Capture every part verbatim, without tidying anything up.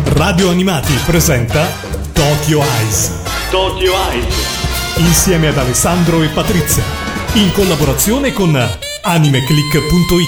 Radio Animati presenta Tokyo Eyes. Tokyo Eyes. Insieme ad Alessandro e Patrizia. In collaborazione con animeclick punto it.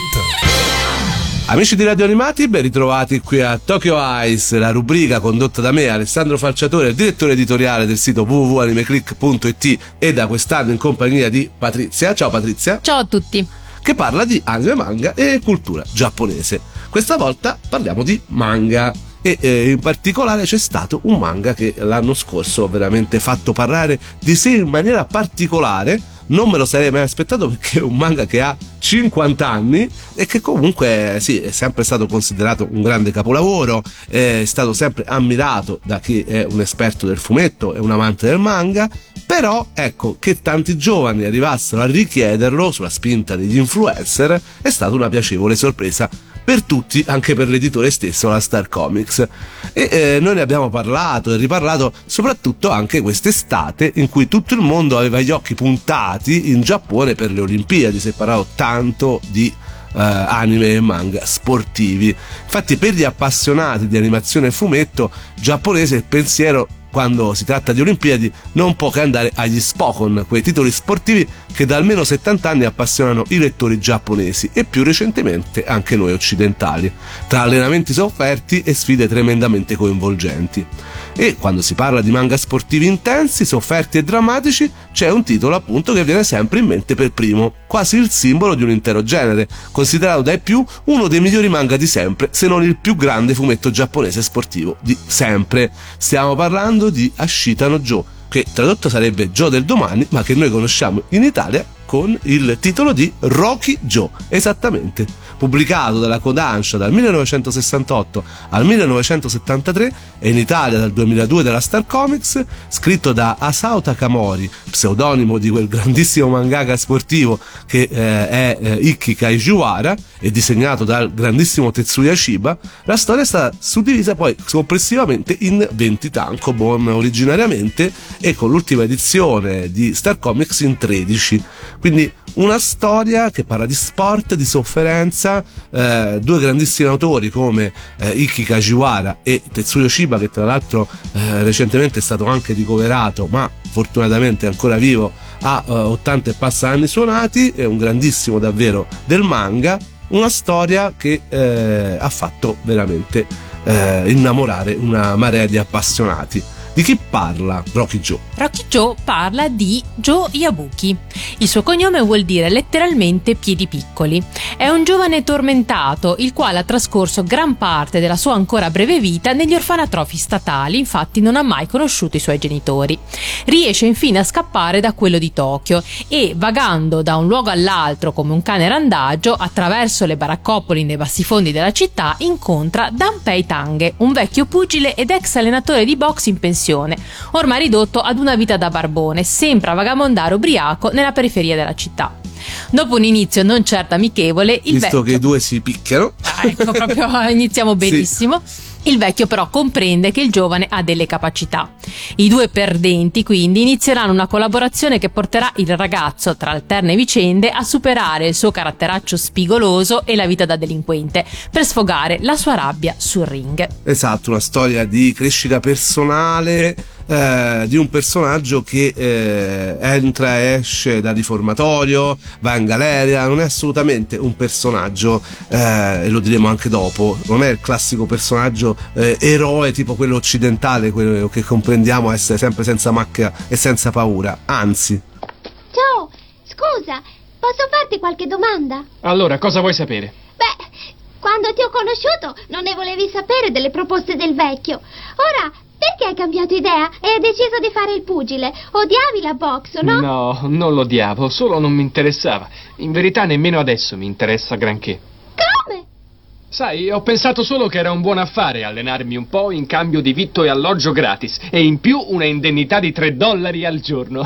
Amici di Radio Animati, ben ritrovati qui a Tokyo Eyes, la rubrica condotta da me, Alessandro Falciatore, direttore editoriale del sito w w w punto animeclick punto it, e da quest'anno in compagnia di Patrizia. Ciao Patrizia. Ciao a tutti. Che parla di anime, manga e cultura giapponese. Questa volta parliamo di manga e eh, in particolare c'è stato un manga che l'anno scorso ha veramente fatto parlare di sé in maniera particolare. Non me lo sarei mai aspettato, perché è un manga che ha cinquanta anni e che comunque sì, è sempre stato considerato un grande capolavoro, è stato sempre ammirato da chi è un esperto del fumetto e un amante del manga. Però ecco, che tanti giovani arrivassero a richiederlo sulla spinta degli influencer è stata una piacevole sorpresa per tutti, anche per l'editore stesso, la Star Comics. E eh, noi ne abbiamo parlato e riparlato soprattutto anche quest'estate, in cui tutto il mondo aveva gli occhi puntati in Giappone per le Olimpiadi. Si è parlato tanto di Uh, anime e manga sportivi. Infatti, per gli appassionati di animazione e fumetto giapponese, il pensiero quando si tratta di Olimpiadi non può che andare agli Spokon, quei titoli sportivi che da almeno settanta anni appassionano i lettori giapponesi e più recentemente anche noi occidentali, tra allenamenti sofferti e sfide tremendamente coinvolgenti. E quando si parla di manga sportivi intensi, sofferti e drammatici, c'è un titolo appunto che viene sempre in mente per primo, quasi il simbolo di un intero genere, considerato dai più uno dei migliori manga di sempre, se non il più grande fumetto giapponese sportivo di sempre. Stiamo parlando di Ashita no Joe, che tradotto sarebbe Joe del domani, ma che noi conosciamo in Italia con il titolo di Rocky Joe, esattamente, pubblicato dalla Kodansha dal millenovecentosessantotto al millenovecentosettantatré e in Italia dal duemiladue dalla Star Comics, scritto da Asao Takamori, pseudonimo di quel grandissimo mangaka sportivo che eh, è eh, Ikki Kaijiwara, e disegnato dal grandissimo Tetsuya Shiba. La storia è stata suddivisa poi complessivamente in venti tankobon originariamente, e con l'ultima edizione di Star Comics in tredici. Quindi una storia che parla di sport, di sofferenza, eh, due grandissimi autori come eh, Ikki Kaijiwara e Tetsuya Shiba, che tra l'altro eh, recentemente è stato anche ricoverato, ma fortunatamente è ancora vivo, a eh, ottanta e passa anni suonati. È un grandissimo davvero del manga, una storia che eh, ha fatto veramente eh, innamorare una marea di appassionati. Di chi parla Rocky Joe? Rocky Joe parla di Joe Yabuki. Il suo cognome vuol dire letteralmente piedi piccoli. È un giovane tormentato, il quale ha trascorso gran parte della sua ancora breve vita negli orfanatrofi statali, infatti non ha mai conosciuto i suoi genitori. Riesce infine a scappare da quello di Tokyo e, vagando da un luogo all'altro come un cane randagio, attraverso le baraccopoli nei bassifondi della città, incontra Danpei Tange, un vecchio pugile ed ex allenatore di box in pensione, ormai ridotto ad una vita da barbone, sempre a vagabondare ubriaco nella periferia della città. Dopo un inizio non certo amichevole, il visto vecchio... che i due si picchiano, ah, ecco, proprio iniziamo benissimo. Sì. Il vecchio però comprende che il giovane ha delle capacità. I due perdenti quindi inizieranno una collaborazione che porterà il ragazzo, tra alterne vicende, a superare il suo caratteraccio spigoloso e la vita da delinquente, per sfogare la sua rabbia sul ring. Esatto, una storia di crescita personale, eh, di un personaggio che eh, entra e esce dal riformatorio, va in galera. Non è assolutamente un personaggio, eh, e lo diremo anche dopo, non è il classico personaggio Eh, eroe tipo quello occidentale, quello che comprendiamo essere sempre senza macchia e senza paura, anzi. Joe, scusa, posso farti qualche domanda? Allora, cosa vuoi sapere? Beh, quando ti ho conosciuto non ne volevi sapere delle proposte del vecchio. Ora, perché hai cambiato idea e hai deciso di fare il pugile? Odiavi la box, no? No, non lo odiavo, solo non mi interessava. In verità nemmeno adesso mi interessa granché. Come? Sai, ho pensato solo che era un buon affare allenarmi un po' in cambio di vitto e alloggio gratis, e in più una indennità di tre dollari al giorno.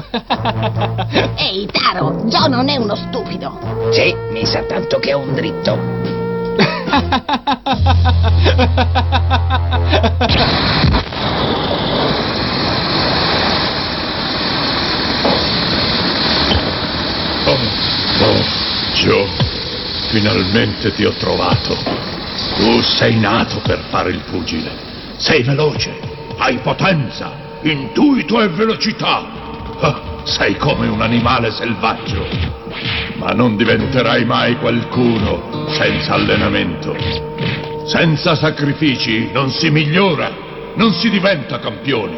Ehi, Taro, Joe non è uno stupido. Sì, mi sa tanto che è un dritto. Oh, oh, Joe, finalmente ti ho trovato. Tu sei nato per fare il pugile. Sei veloce, hai potenza, intuito e velocità. Ah, sei come un animale selvaggio. Ma non diventerai mai qualcuno senza allenamento. Senza sacrifici non si migliora, non si diventa campioni.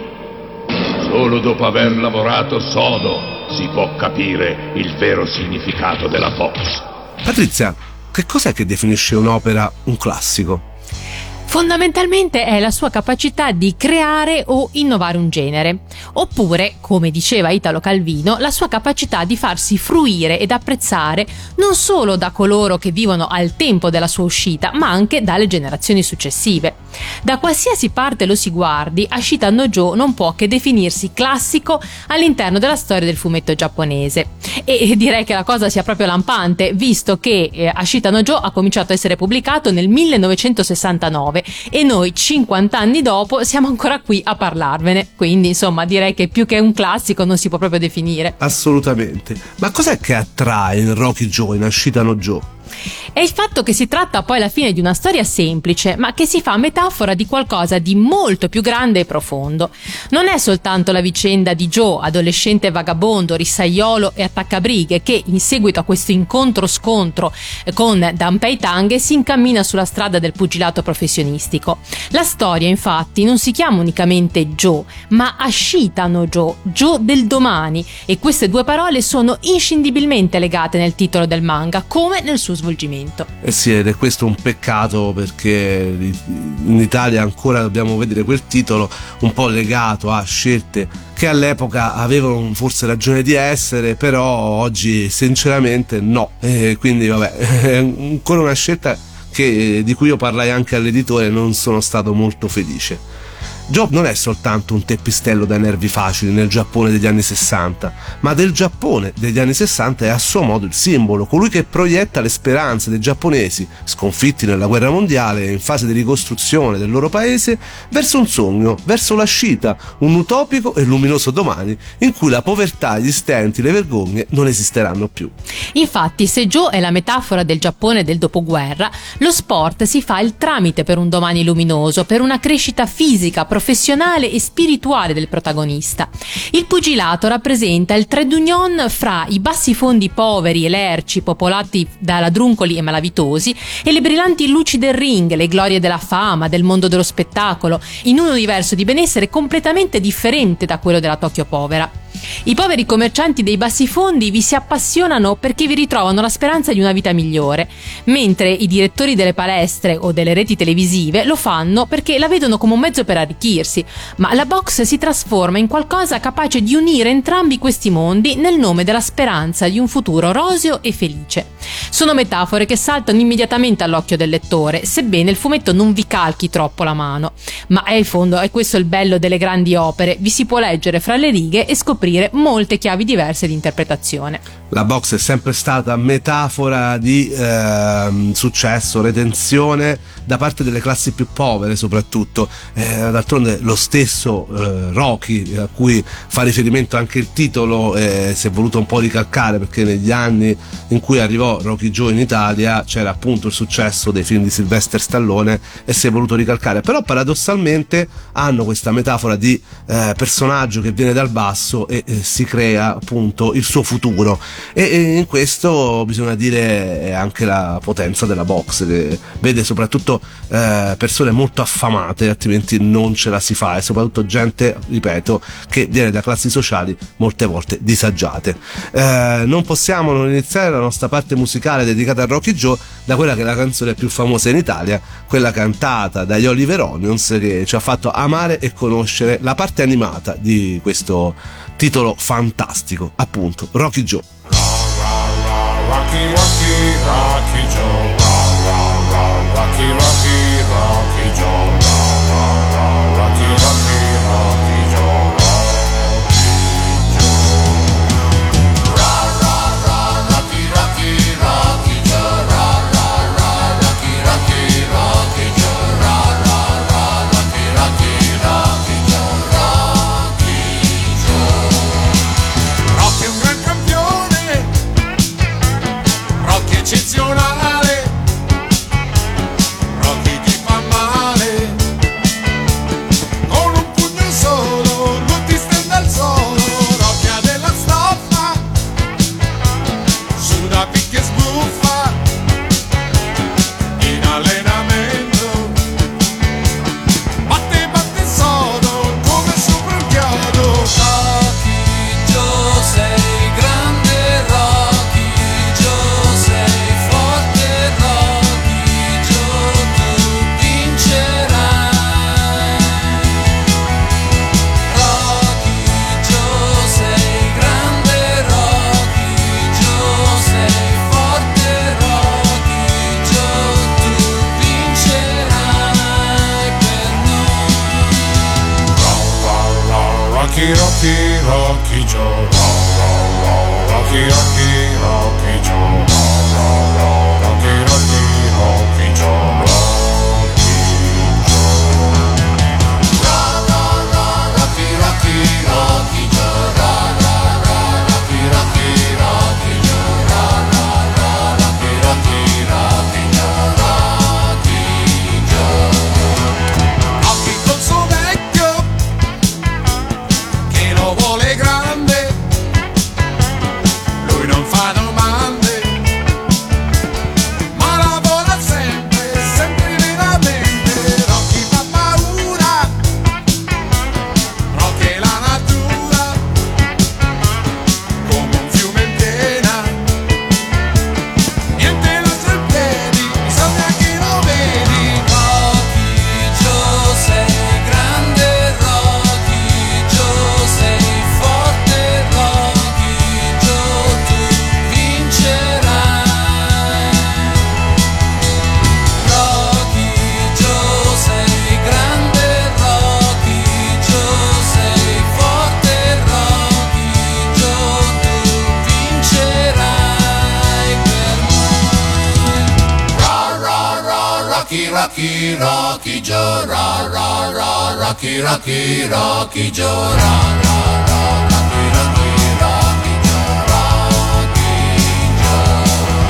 Solo dopo aver lavorato sodo si può capire il vero significato della boxe. Patrizia, che cos'è che definisce un'opera un classico? Fondamentalmente è la sua capacità di creare o innovare un genere, oppure, come diceva Italo Calvino, la sua capacità di farsi fruire ed apprezzare non solo da coloro che vivono al tempo della sua uscita, ma anche dalle generazioni successive. Da qualsiasi parte lo si guardi, Ashita no Joe non può che definirsi classico all'interno della storia del fumetto giapponese. E direi che la cosa sia proprio lampante, visto che eh, Ashita no Joe ha cominciato a essere pubblicato nel millenovecentosessantanove e noi cinquanta anni dopo siamo ancora qui a parlarvene, quindi insomma direi che più che un classico non si può proprio definire. Assolutamente. Ma cos'è che attrae in Rocky Joe, in Ashita no Joe? È il fatto che si tratta poi alla fine di una storia semplice, ma che si fa metafora di qualcosa di molto più grande e profondo. Non è soltanto la vicenda di Joe, adolescente vagabondo, rissaiolo e attaccabrighe, che in seguito a questo incontro-scontro con Danpei Tang si incammina sulla strada del pugilato professionistico. La storia infatti non si chiama unicamente Joe, ma Ashita no Joe, Joe del domani, e queste due parole sono inscindibilmente legate nel titolo del manga, come nel suo svolgimento. Eh sì, ed è questo un peccato, perché in Italia ancora dobbiamo vedere quel titolo un po' legato a scelte che all'epoca avevano forse ragione di essere, però oggi sinceramente no, e quindi vabbè, è ancora una scelta che, di cui io parlai anche all'editore, non sono stato molto felice. Joe non è soltanto un teppistello dai nervi facili nel Giappone degli anni sessanta, ma del Giappone degli anni sessanta è a suo modo il simbolo, colui che proietta le speranze dei giapponesi, sconfitti nella guerra mondiale e in fase di ricostruzione del loro paese, verso un sogno, verso l'ascita, un utopico e luminoso domani in cui la povertà, gli stenti, le vergogne non esisteranno più. Infatti, se Joe è la metafora del Giappone del dopoguerra, lo sport si fa il tramite per un domani luminoso, per una crescita fisica, professionale e spirituale del protagonista. Il pugilato rappresenta il trade union fra i bassi fondi poveri e lerci popolati da ladruncoli e malavitosi e le brillanti luci del ring, le glorie della fama, del mondo dello spettacolo, in un universo di benessere completamente differente da quello della Tokyo povera. I poveri commercianti dei bassi fondi vi si appassionano perché vi ritrovano la speranza di una vita migliore, mentre i direttori delle palestre o delle reti televisive lo fanno perché la vedono come un mezzo per arricchirsi, ma la box si trasforma in qualcosa capace di unire entrambi questi mondi nel nome della speranza di un futuro roseo e felice. Sono metafore che saltano immediatamente all'occhio del lettore, sebbene il fumetto non vi calchi troppo la mano, ma è in fondo è questo il bello delle grandi opere, vi si può leggere fra le righe e scoprire molte chiavi diverse di interpretazione. La box è sempre stata metafora di eh, successo, redenzione da parte delle classi più povere soprattutto. Eh, d'altronde lo stesso eh, Rocky, a cui fa riferimento anche il titolo, eh, si è voluto un po' ricalcare, perché negli anni in cui arrivò Rocky Joe in Italia c'era appunto il successo dei film di Sylvester Stallone e si è voluto ricalcare, però paradossalmente hanno questa metafora di eh, personaggio che viene dal basso e eh, si crea appunto il suo futuro. E in questo bisogna dire anche la potenza della box, che vede soprattutto eh, persone molto affamate, altrimenti non ce la si fa, e soprattutto gente, ripeto, che viene da classi sociali molte volte disagiate. Eh, non possiamo non iniziare la nostra parte musicale dedicata a Rocky Joe da quella che è la canzone più famosa in Italia, quella cantata dagli Oliver Onions, che ci ha fatto amare e conoscere la parte animata di questo titolo fantastico, appunto Rocky Joe. Rocky, Rocky, Rocky Joe, Rocky, Rocky, Rocky Joe, Rocky, Rocky, Rocky Joe, Rocky, Rocky, Rocky Joe, Rocky, Rocky, Rocky Joe, Rocky, Rocky, Rocky Joe, Rocky Joe. Rocky è un gran campione, Rocky eccezionale, Rocky, Rocky, Rocky Joe. Rocky, Rocky, Rocky Joe. Rocky, Rocky, Rocky Joe. Rocky, Rocky, Rocky Joe. Rocky, Rocky, Rocky Joe. Rocky, Rocky, Rocky Joe. Rocky Joe. Rocky col suo vecchio che lo vuole grande, lui non fa domande, ma lavora sempre, sempre veramente. Rocky fa paura, Rocky è la natura, come un fiume in piena, niente lascia in piedi, bisogna che lo vedi. Rocky Joe sei grande, Rocky Joe sei forte, Rocky Joe tu vincerai. Rocky Joe sei grande, Rocky Joe sei forte, Rocky Joe tu vincerai per noi. Ra ra ra Rocky Rocky Rocky Joe. Ra ra ra Rocky Rocky Rocky Joe. Ra ra ra Rocky Rocky Rocky Joe. Rocky Joe.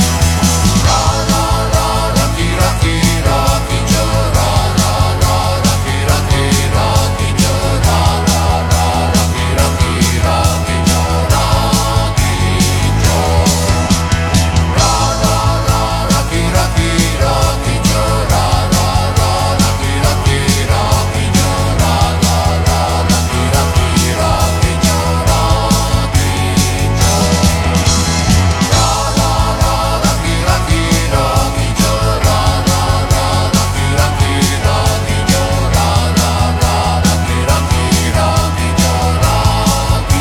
Ra ra ra Rocky Rocky Rocky Joe. Ra ra ra Rocky Rocky Rocky Joe. Ra ra ra Rocky Rocky Rocky Joe. Rocky Joe. Ra ra ra Rocky Rocky Rocky Joe. Ra ra ra Rocky Rocky Rocky Joe. Ra ra ra Rocky Rocky Rocky Joe. Rocky Joe. Ra ra ra Rocky Rocky Rocky Joe. Ra ra ra Rocky Rocky Rocky Joe. Ra ra ra Rocky Rocky Rocky Joe. Rocky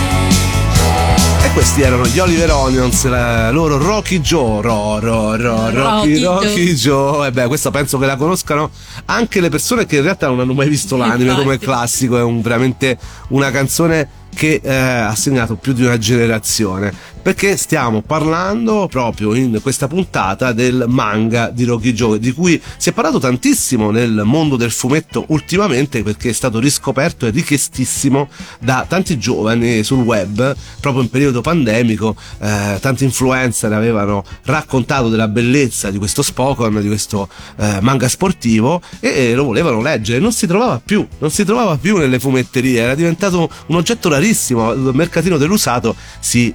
Joe. E questi erano gli Oliver Onions, la loro Rocky Joe. Ro, ro, ro, Rocky, Rocky Rocky Joe. E beh, questa penso che la conoscano anche le persone che in realtà non hanno mai visto l'anime Infatti. come classico. È un, veramente una canzone che eh, ha segnato più di una generazione, perché stiamo parlando proprio in questa puntata del manga di Rocky Joe, di cui si è parlato tantissimo nel mondo del fumetto ultimamente, perché è stato riscoperto e richiestissimo da tanti giovani sul web proprio in periodo pandemico. Eh, tanti influencer avevano raccontato della bellezza di questo Spokon, di questo eh, manga sportivo, e, e lo volevano leggere. Non si trovava più, non si trovava più nelle fumetterie, era diventato un oggetto rarissimo. Il mercatino dell'usato si,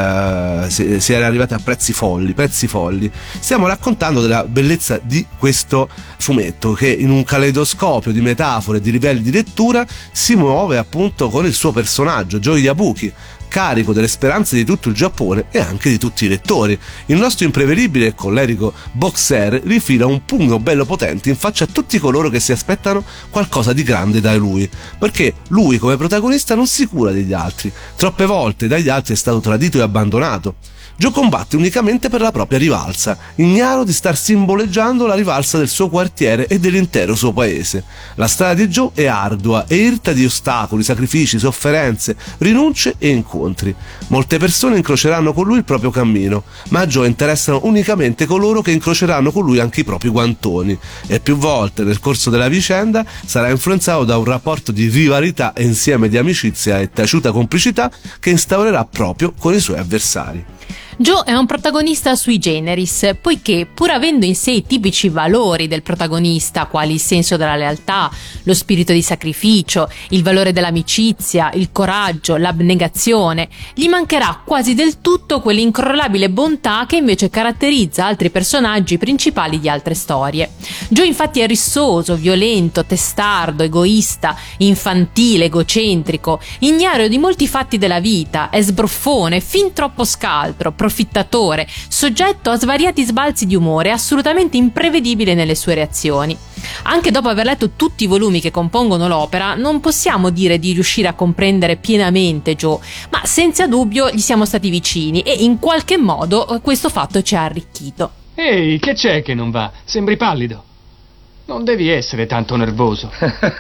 eh, si, si era arrivati a prezzi folli, prezzi folli. Stiamo raccontando della bellezza di questo fumetto, che in un caleidoscopio di metafore e di livelli di lettura si muove appunto con il suo personaggio, Joe Yabuki, carico delle speranze di tutto il Giappone e anche di tutti i lettori. Il nostro imprevedibile e collerico boxer rifila un pugno bello potente in faccia a tutti coloro che si aspettano qualcosa di grande da lui, perché lui come protagonista non si cura degli altri, troppe volte dagli altri è stato tradito e abbandonato. Joe combatte unicamente per la propria rivalsa, ignaro di star simboleggiando la rivalsa del suo quartiere e dell'intero suo paese. La strada di Joe è ardua e irta di ostacoli, sacrifici, sofferenze, rinunce e incontri. Molte persone incroceranno con lui il proprio cammino, ma a Joe interessano unicamente coloro che incroceranno con lui anche i propri guantoni, e più volte nel corso della vicenda sarà influenzato da un rapporto di rivalità e insieme di amicizia e taciuta complicità che instaurerà proprio con i suoi avversari. Joe è un protagonista sui generis, poiché pur avendo in sé i tipici valori del protagonista, quali il senso della lealtà, lo spirito di sacrificio, il valore dell'amicizia, il coraggio, l'abnegazione, gli mancherà quasi del tutto quell'incrollabile bontà che invece caratterizza altri personaggi principali di altre storie. Joe infatti è rissoso, violento, testardo, egoista, infantile, egocentrico, ignaro di molti fatti della vita, è sbruffone, fin troppo scaltro, approfittatore, soggetto a svariati sbalzi di umore, assolutamente imprevedibile nelle sue reazioni. Anche dopo aver letto tutti i volumi che compongono l'opera, non possiamo dire di riuscire a comprendere pienamente Joe, ma senza dubbio gli siamo stati vicini e in qualche modo questo fatto ci ha arricchito. Ehi, che c'è che non va? Sembri pallido. Non devi essere tanto nervoso.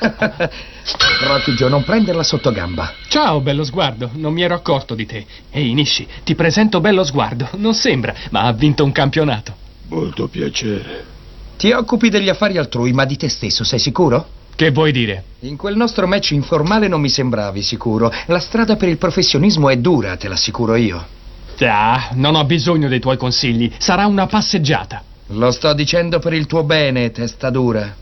Rocky Joe, non prenderla sotto gamba. Ciao, bello sguardo, non mi ero accorto di te. Ehi, Nishi, ti presento Bello Sguardo. Non sembra, ma ha vinto un campionato. Molto piacere. Ti occupi degli affari altrui, ma di te stesso, sei sicuro? Che vuoi dire? In quel nostro match informale non mi sembravi sicuro. La strada per il professionismo è dura, te l'assicuro io. Ah, non ho bisogno dei tuoi consigli. Sarà una passeggiata. Lo sto dicendo per il tuo bene, testa dura.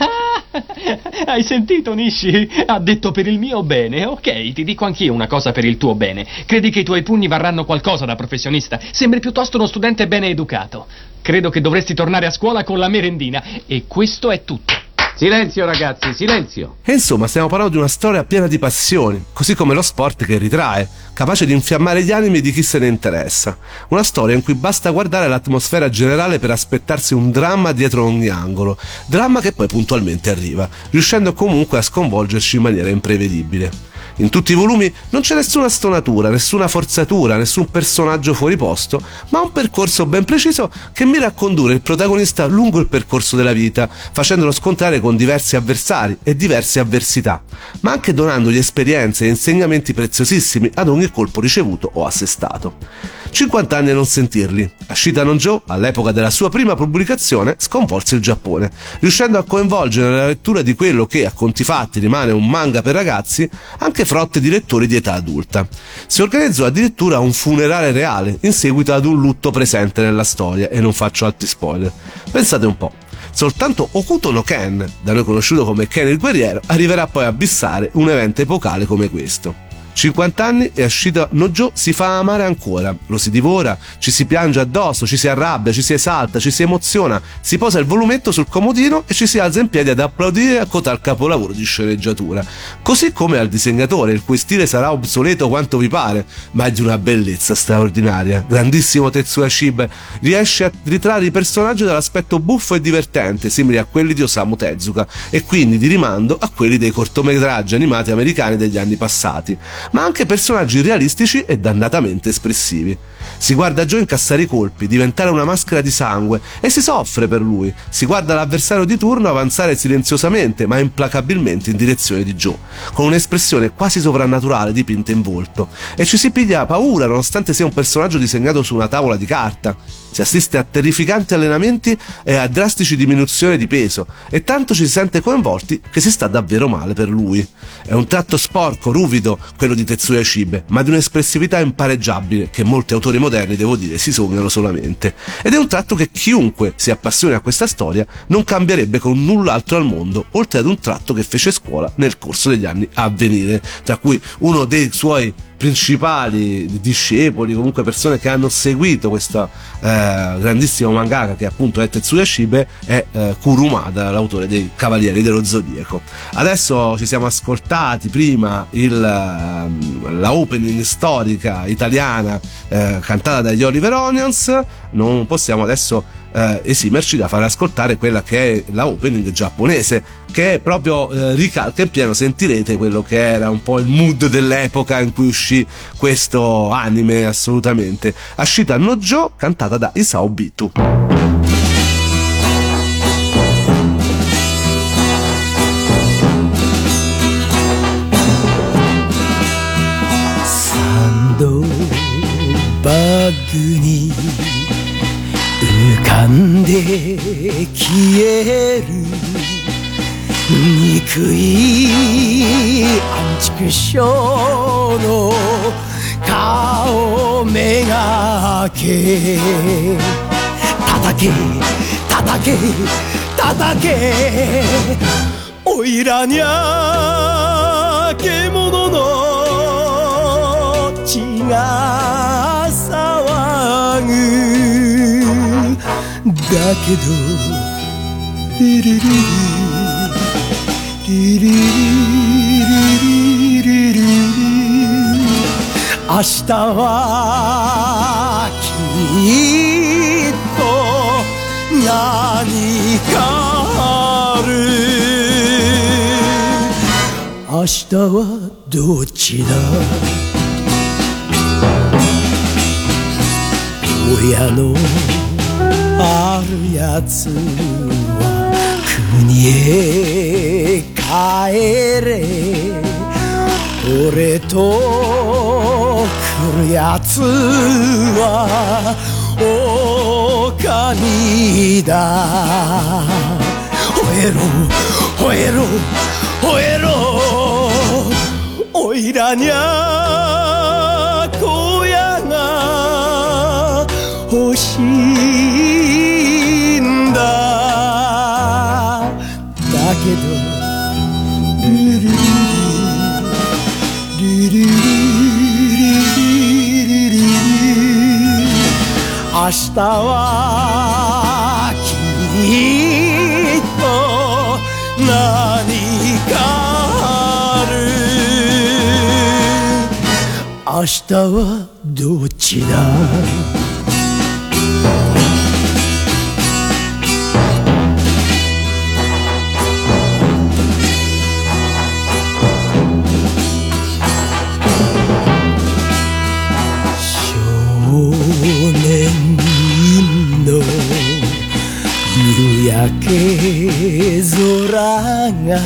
Hai sentito, Nishi? Ha detto per il mio bene. Ok, ti dico anch'io una cosa per il tuo bene. Credi che i tuoi pugni varranno qualcosa da professionista? Sembri piuttosto uno studente bene educato. Credo che dovresti tornare a scuola con la merendina. E questo è tutto. Silenzio, ragazzi, silenzio. E insomma, stiamo parlando di una storia piena di passioni, così come lo sport che ritrae, capace di infiammare gli animi di chi se ne interessa. Una storia in cui basta guardare l'atmosfera generale per aspettarsi un dramma dietro ogni angolo, dramma che poi puntualmente arriva, riuscendo comunque a sconvolgerci in maniera imprevedibile. In tutti i volumi non c'è nessuna stonatura, nessuna forzatura, nessun personaggio fuori posto, ma un percorso ben preciso che mira a condurre il protagonista lungo il percorso della vita, facendolo scontrare con diversi avversari e diverse avversità, ma anche donandogli esperienze e insegnamenti preziosissimi ad ogni colpo ricevuto o assestato. cinquanta anni a non sentirli. Ashita no Joe, all'epoca della sua prima pubblicazione, sconvolse il Giappone, riuscendo a coinvolgere nella lettura di quello che, a conti fatti, rimane un manga per ragazzi, anche frotte di lettori di età adulta. Si organizzò addirittura un funerale reale, in seguito ad un lutto presente nella storia, e non faccio altri spoiler. Pensate un po'. Soltanto Hokuto no Ken, da noi conosciuto come Ken il guerriero, arriverà poi a bissare un evento epocale come questo. cinquanta anni e Ashita no Joe si fa amare ancora, lo si divora, ci si piange addosso, ci si arrabbia, ci si esalta, ci si emoziona, si posa il volumetto sul comodino e ci si alza in piedi ad applaudire a cotal capolavoro di sceneggiatura. Così come al disegnatore, il cui stile sarà obsoleto quanto vi pare, ma è di una bellezza straordinaria. Grandissimo Tetsuya Shibe riesce a ritrarre i personaggi dall'aspetto buffo e divertente, simili a quelli di Osamu Tezuka, e quindi di rimando a quelli dei cortometraggi animati americani degli anni passati, ma anche personaggi realistici e dannatamente espressivi. Si guarda Joe incassare i colpi, diventare una maschera di sangue, e si soffre per lui. Si guarda l'avversario di turno avanzare silenziosamente ma implacabilmente in direzione di Joe, con un'espressione quasi sovrannaturale dipinta in volto, e ci si piglia paura nonostante sia un personaggio disegnato su una tavola di carta. Si assiste a terrificanti allenamenti e a drastici diminuzioni di peso, e tanto ci si sente coinvolti che si sta davvero male per lui. È un tratto sporco, ruvido, quello di Tetsuya Shibe, ma di un'espressività impareggiabile che molti autori moderni, devo dire, si sognano solamente. Ed è un tratto che chiunque si appassioni a questa storia non cambierebbe con null'altro al mondo, oltre ad un tratto che fece scuola nel corso degli anni a venire, tra cui uno dei suoi principali discepoli, comunque persone che hanno seguito questo eh, grandissimo mangaka che appunto è Tetsuya Shibe, è eh, Kurumada, l'autore dei Cavalieri dello Zodiaco. Adesso ci siamo ascoltati prima il, la opening storica italiana eh, cantata dagli Oliver Onions. Non possiamo adesso Eh, esimerci da far ascoltare quella che è la opening giapponese, che è proprio eh, ricalca in pieno, sentirete quello che era un po' il mood dell'epoca in cui uscì questo anime. Assolutamente Ashita no Joe, cantata da Isao Bitu. Sando bag ni 浮かんで消える憎いアンチクショーの顔めがけ叩け叩け叩けおいらにゃ獣の血が騒ぐだけどリリリリリリリリリリリ明日はきっと何かある明日はどっちだ親のあるやつは国へ帰れ俺と来るやつは狼だ吠えろ吠えろ吠えろおいらにゃ小屋が欲しいんだだけどルルルルルルルルル明日はきっと何かある明日はどっちだ少年の夕焼け空が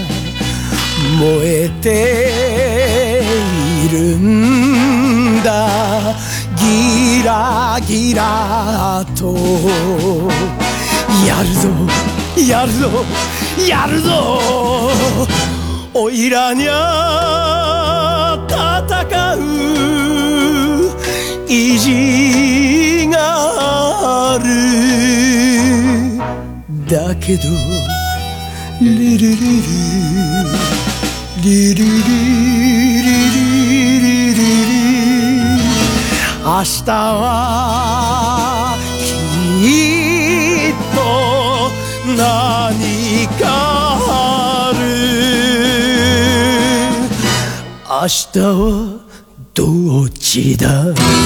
燃えているんだギラギラとやるぞやるぞやるぞおいらにゃ戦う意地があるだけどルルルルルルルルルルル明日はきっと何かある明日はどっちだ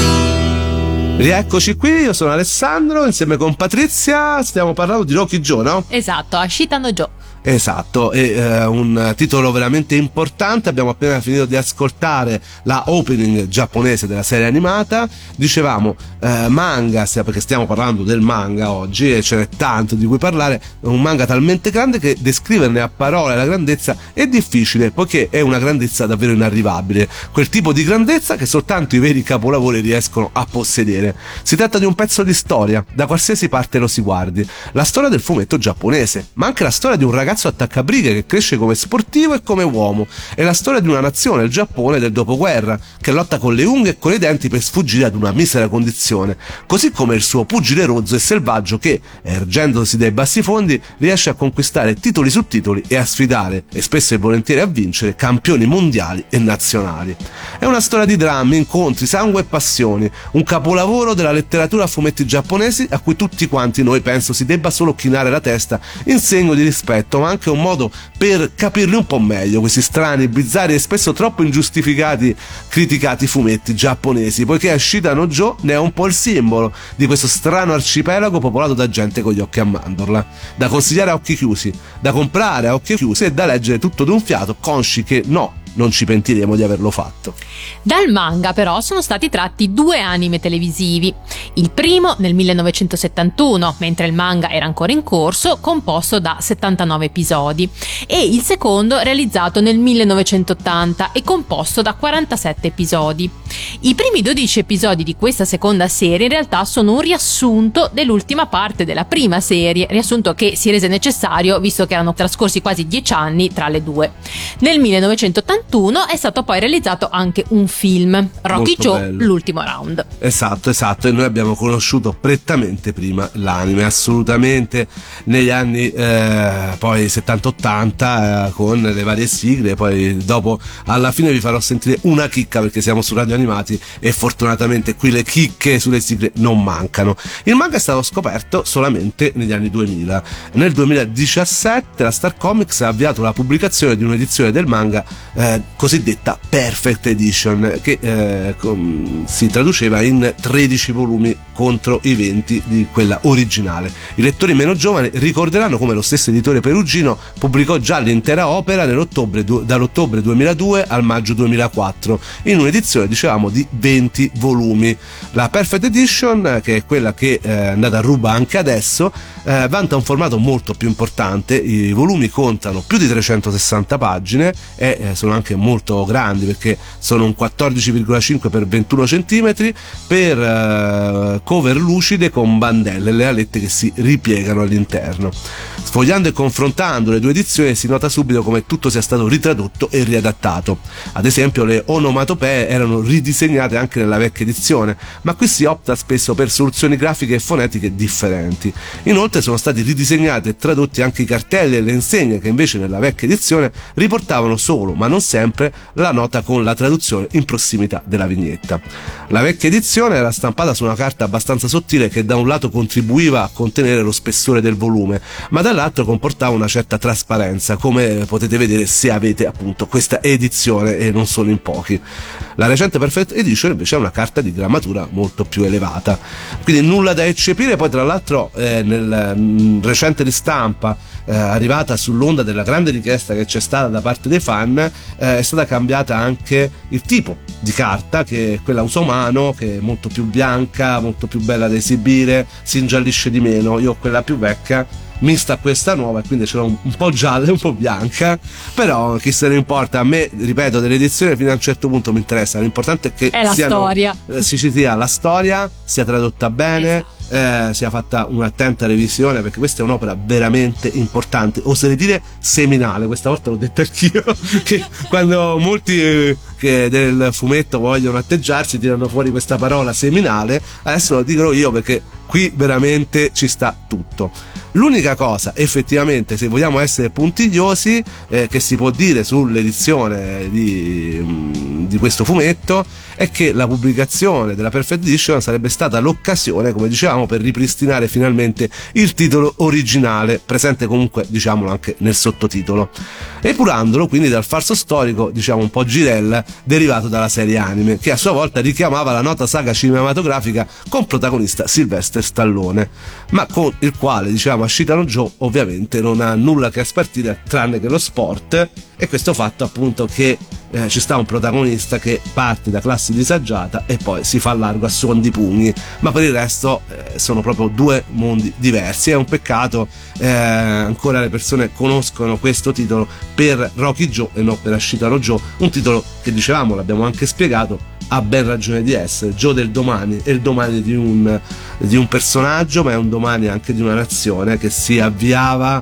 Rieccoci qui, io sono Alessandro, insieme con Patrizia stiamo parlando di Rocky Joe, no? Esatto, Ashitano Joe. Esatto, è eh, un titolo veramente importante. Abbiamo appena finito di ascoltare la opening giapponese della serie animata. Dicevamo eh, manga, perché stiamo parlando del manga oggi e ce n'è tanto di cui parlare. È un manga talmente grande che descriverne a parole la grandezza è difficile, poiché è una grandezza davvero inarrivabile, quel tipo di grandezza che soltanto i veri capolavori riescono a possedere. Si tratta di un pezzo di storia, da qualsiasi parte lo si guardi, la storia del fumetto giapponese, ma anche la storia di un ragazzo attaccabrighe che cresce come sportivo e come uomo. È la storia di una nazione, il Giappone del dopoguerra, che lotta con le unghie e con i denti per sfuggire ad una misera condizione, così come il suo pugile rozzo e selvaggio che, ergendosi dai bassi fondi, riesce a conquistare titoli su titoli e a sfidare, e spesso e volentieri a vincere, campioni mondiali e nazionali. È una storia di drammi, incontri, sangue e passioni, un capolavoro della letteratura a fumetti giapponesi a cui tutti quanti noi penso si debba solo chinare la testa in segno di rispetto, ma anche un modo per capirli un po' meglio, questi strani, bizzarri e spesso troppo ingiustificati criticati fumetti giapponesi, poiché Ashitano Joe ne è un po' il simbolo di questo strano arcipelago popolato da gente con gli occhi a mandorla, da consigliare a occhi chiusi, da comprare a occhi chiusi e da leggere tutto d'un fiato, consci che no, non ci pentiremo di averlo fatto. Dal manga però sono stati tratti due anime televisivi, il primo nel millenovecentosettantuno, mentre il manga era ancora in corso, composto da settantanove episodi, e il secondo realizzato nel millenovecentottanta e composto da quarantasette episodi. I primi dodici episodi di questa seconda serie in realtà sono un riassunto dell'ultima parte della prima serie, riassunto che si rese necessario visto che erano trascorsi quasi dieci anni tra le due. Nel millenovecentottantuno è stato poi realizzato anche un film, Rocky Joe, l'ultimo round. Esatto, esatto, e noi abbiamo conosciuto prettamente prima l'anime, assolutamente, negli anni eh, poi settanta ottanta eh, con le varie sigle, poi dopo alla fine vi farò sentire una chicca perché siamo su Radio Animati e fortunatamente qui le chicche sulle sigle non mancano. Il manga è stato scoperto solamente negli anni duemila. Nel duemiladiciassette la Star Comics ha avviato la pubblicazione di un'edizione del manga eh, cosiddetta Perfect Edition, che eh, com- si traduceva in tredici volumi contro i venti di quella originale. I lettori meno giovani ricorderanno come lo stesso editore perugino pubblicò già l'intera opera nell'ottobre du- dall'ottobre duemiladue al maggio duemilaquattro in un'edizione, dicevamo, dicevamo di venti volumi. La Perfect Edition, che è quella che è andata a ruba anche adesso, eh, vanta un formato molto più importante. I volumi contano più di trecentosessanta pagine e eh, sono anche molto grandi, perché sono un quattordici virgola cinque per ventuno centimetri, per eh, cover lucide con bandelle e le alette che si ripiegano all'interno. Sfogliando e confrontando le due edizioni si nota subito come tutto sia stato ritradotto e riadattato. Ad esempio, le onomatopee erano ridisegnate anche nella vecchia edizione, ma qui si opta spesso per soluzioni grafiche e fonetiche differenti. Inoltre sono stati ridisegnati e tradotti anche i cartelli e le insegne, che invece nella vecchia edizione riportavano solo, ma non sempre, la nota con la traduzione in prossimità della vignetta. La vecchia edizione era stampata su una carta abbastanza sottile, che da un lato contribuiva a contenere lo spessore del volume, ma dall'altro comportava una certa trasparenza, come potete vedere se avete appunto questa edizione, e non solo in pochi. La recente Perfect Edition invece è una carta di grammatura molto più elevata, quindi nulla da eccepire. Poi tra l'altro eh, nel mh, recente ristampa eh, arrivata sull'onda della grande richiesta che c'è stata da parte dei fan, eh, è stata cambiata anche il tipo di carta, che è quella uso mano, che è molto più bianca, molto più bella da esibire, si ingiallisce di meno. Io ho quella più vecchia mista a questa nuova, e quindi ce l'ho un, un po' gialla e un po' bianca, però chi se ne importa. A me, ripeto, dell'edizione fino a un certo punto mi interessa, l'importante è che è la siano, storia. eh, si ci sia la storia, sia tradotta bene, esatto. eh, sia fatta un'attenta revisione, perché questa è un'opera veramente importante, oserei dire seminale. Questa volta l'ho detto anch'io che quando molti eh, che del fumetto vogliono atteggiarsi tirano fuori questa parola seminale, adesso lo dico io, perché qui veramente ci sta tutto. L'unica cosa, effettivamente, se vogliamo essere puntigliosi, eh, che si può dire sull'edizione di, di questo fumetto, è che la pubblicazione della Perfect Edition sarebbe stata l'occasione, come dicevamo, per ripristinare finalmente il titolo originale, presente comunque, diciamolo, anche nel sottotitolo, epurandolo quindi dal falso storico, diciamo un po' girella, derivato dalla serie anime, che a sua volta richiamava la nota saga cinematografica con protagonista Sylvester Stallone, ma con il quale, diciamo, Ashitano Joe ovviamente non ha nulla che spartire tranne che lo sport, e questo fatto appunto che eh, ci sta un protagonista che parte da classe disagiata e poi si fa largo a suon di pugni, ma per il resto eh, sono proprio due mondi diversi. È un peccato, eh, ancora le persone conoscono questo titolo per Rocky Joe e non per Ashitano Joe, un titolo che, dicevamo, l'abbiamo anche spiegato, ha ben ragione di essere. Joe del domani è il domani di un, di un personaggio, ma è un domani anche di una nazione che si avviava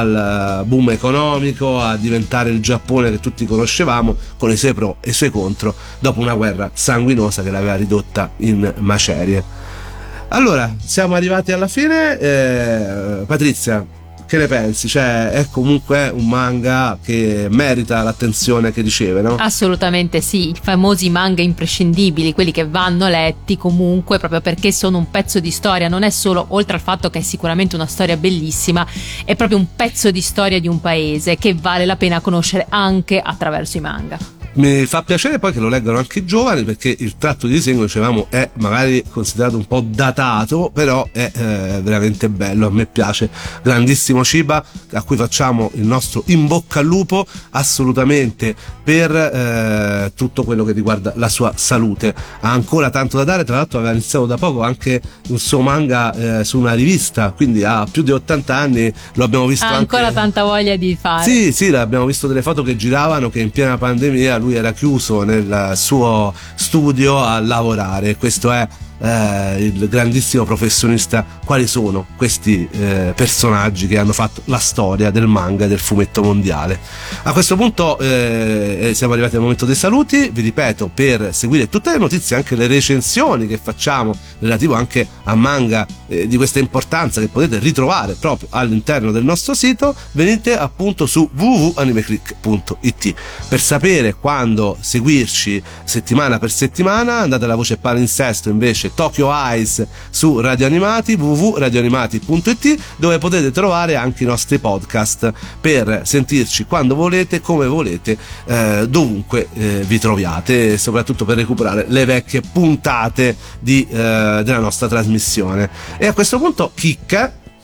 al boom economico, a diventare il Giappone che tutti conoscevamo, con i suoi pro e i suoi contro, dopo una guerra sanguinosa che l'aveva ridotta in macerie. Allora, siamo arrivati alla fine. eh, Patrizia, che ne pensi? Cioè, è comunque un manga che merita l'attenzione che riceve, no? Assolutamente sì, i famosi manga imprescindibili, quelli che vanno letti comunque proprio perché sono un pezzo di storia. Non è solo, oltre al fatto che è sicuramente una storia bellissima, è proprio un pezzo di storia di un paese che vale la pena conoscere anche attraverso i manga. Mi fa piacere poi che lo leggano anche i giovani, perché il tratto di disegno, dicevamo, è magari considerato un po' datato, però è eh, veramente bello, a me piace. Grandissimo Chiba, a cui facciamo il nostro in bocca al lupo assolutamente per eh, tutto quello che riguarda la sua salute. Ha ancora tanto da dare, tra l'altro aveva iniziato da poco anche un suo manga eh, su una rivista, quindi ha più di ottanta anni, lo abbiamo visto ha anche... ancora tanta voglia di fare. Sì, sì, abbiamo visto delle foto che giravano, che in piena pandemia lui era chiuso nel suo studio a lavorare. Questo è eh, il grandissimo professionista. Quali sono questi eh, personaggi che hanno fatto la storia del manga e del fumetto mondiale? A questo punto eh, siamo arrivati al momento dei saluti. Vi ripeto, per seguire tutte le notizie, anche le recensioni che facciamo relativo anche a manga eh, di questa importanza, che potete ritrovare proprio all'interno del nostro sito, venite appunto su w w w punto animeclick punto i t. Per sapere quando seguirci settimana per settimana, andate alla voce palinsesto invece Tokyo Eyes su Radio Animati, w w w punto radio animati punto i t, dove potete trovare anche i nostri podcast per sentirci quando volete, come volete, eh, dovunque eh, vi troviate, e soprattutto per recuperare le vecchie puntate di, eh, della nostra trasmissione. E a questo punto, chicca,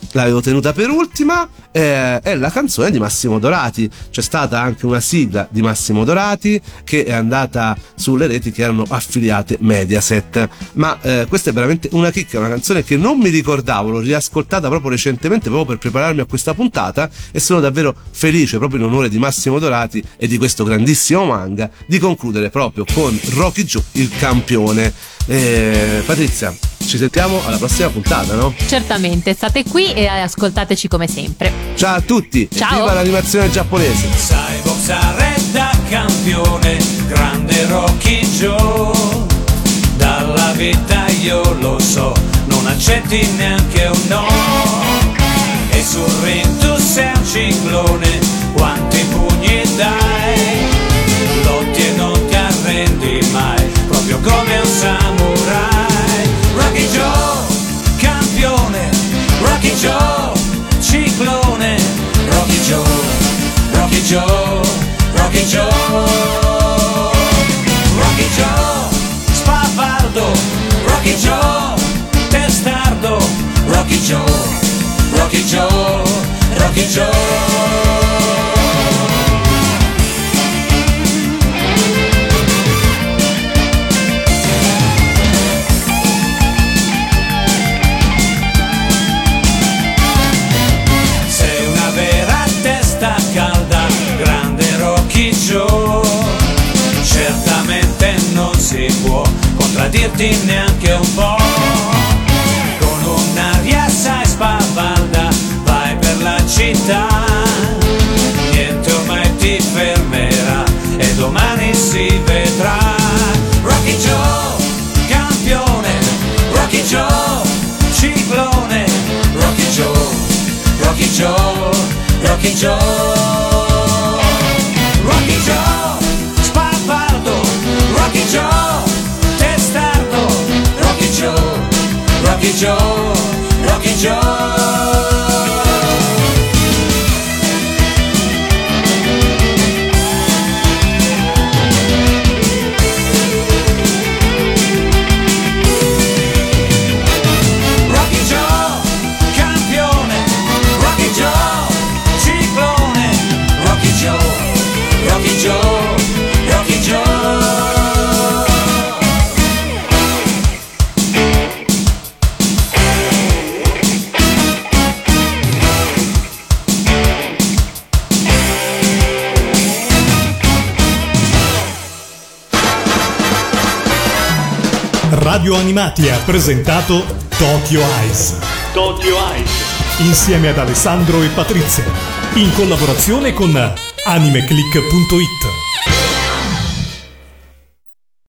l'avevo tenuta per ultima, eh, è la canzone di Massimo Dorati. C'è stata anche una sigla di Massimo Dorati che è andata sulle reti che erano affiliate Mediaset, ma eh, questa è veramente una chicca, una canzone che non mi ricordavo, l'ho riascoltata proprio recentemente proprio per prepararmi a questa puntata e sono davvero felice, proprio in onore di Massimo Dorati e di questo grandissimo manga, di concludere proprio con Rocky Joe, il campione. eh, Patrizia, ci sentiamo alla prossima puntata, no? Certamente, state qui e ascoltateci come sempre. Ciao a tutti. Ciao. E viva l'animazione giapponese. Sai boxare da campione, grande Rocky Joe. Dalla vita io lo so, non accetti neanche un no. E sul ring tu sei un ciclone, quanti pugni dai. Lotti e non ti arrendi mai, proprio come un samurai. Rocky Joe, campione, Rocky Joe, ciclone, Rocky Joe, Rocky Joe, Rocky Joe, Rocky Joe, spavaldo, Rocky Joe, testardo, Rocky Joe, Rocky Joe, Rocky Joe. Certamente non si può contraddirti neanche un po'. Con un'aria sai spavalda vai per la città, niente ormai ti fermerà e domani si vedrà. Rocky Joe, campione, Rocky Joe, ciclone, Rocky Joe, Rocky Joe, Rocky Joe. Rocky Joe, spavaldo, Rocky Joe, testardo, Rocky Joe, Rocky Joe, Rocky Joe. Radio Animati ha presentato Tokyo Eyes. Tokyo Eyes. Insieme ad Alessandro e Patrizia. In collaborazione con animeclick punto it.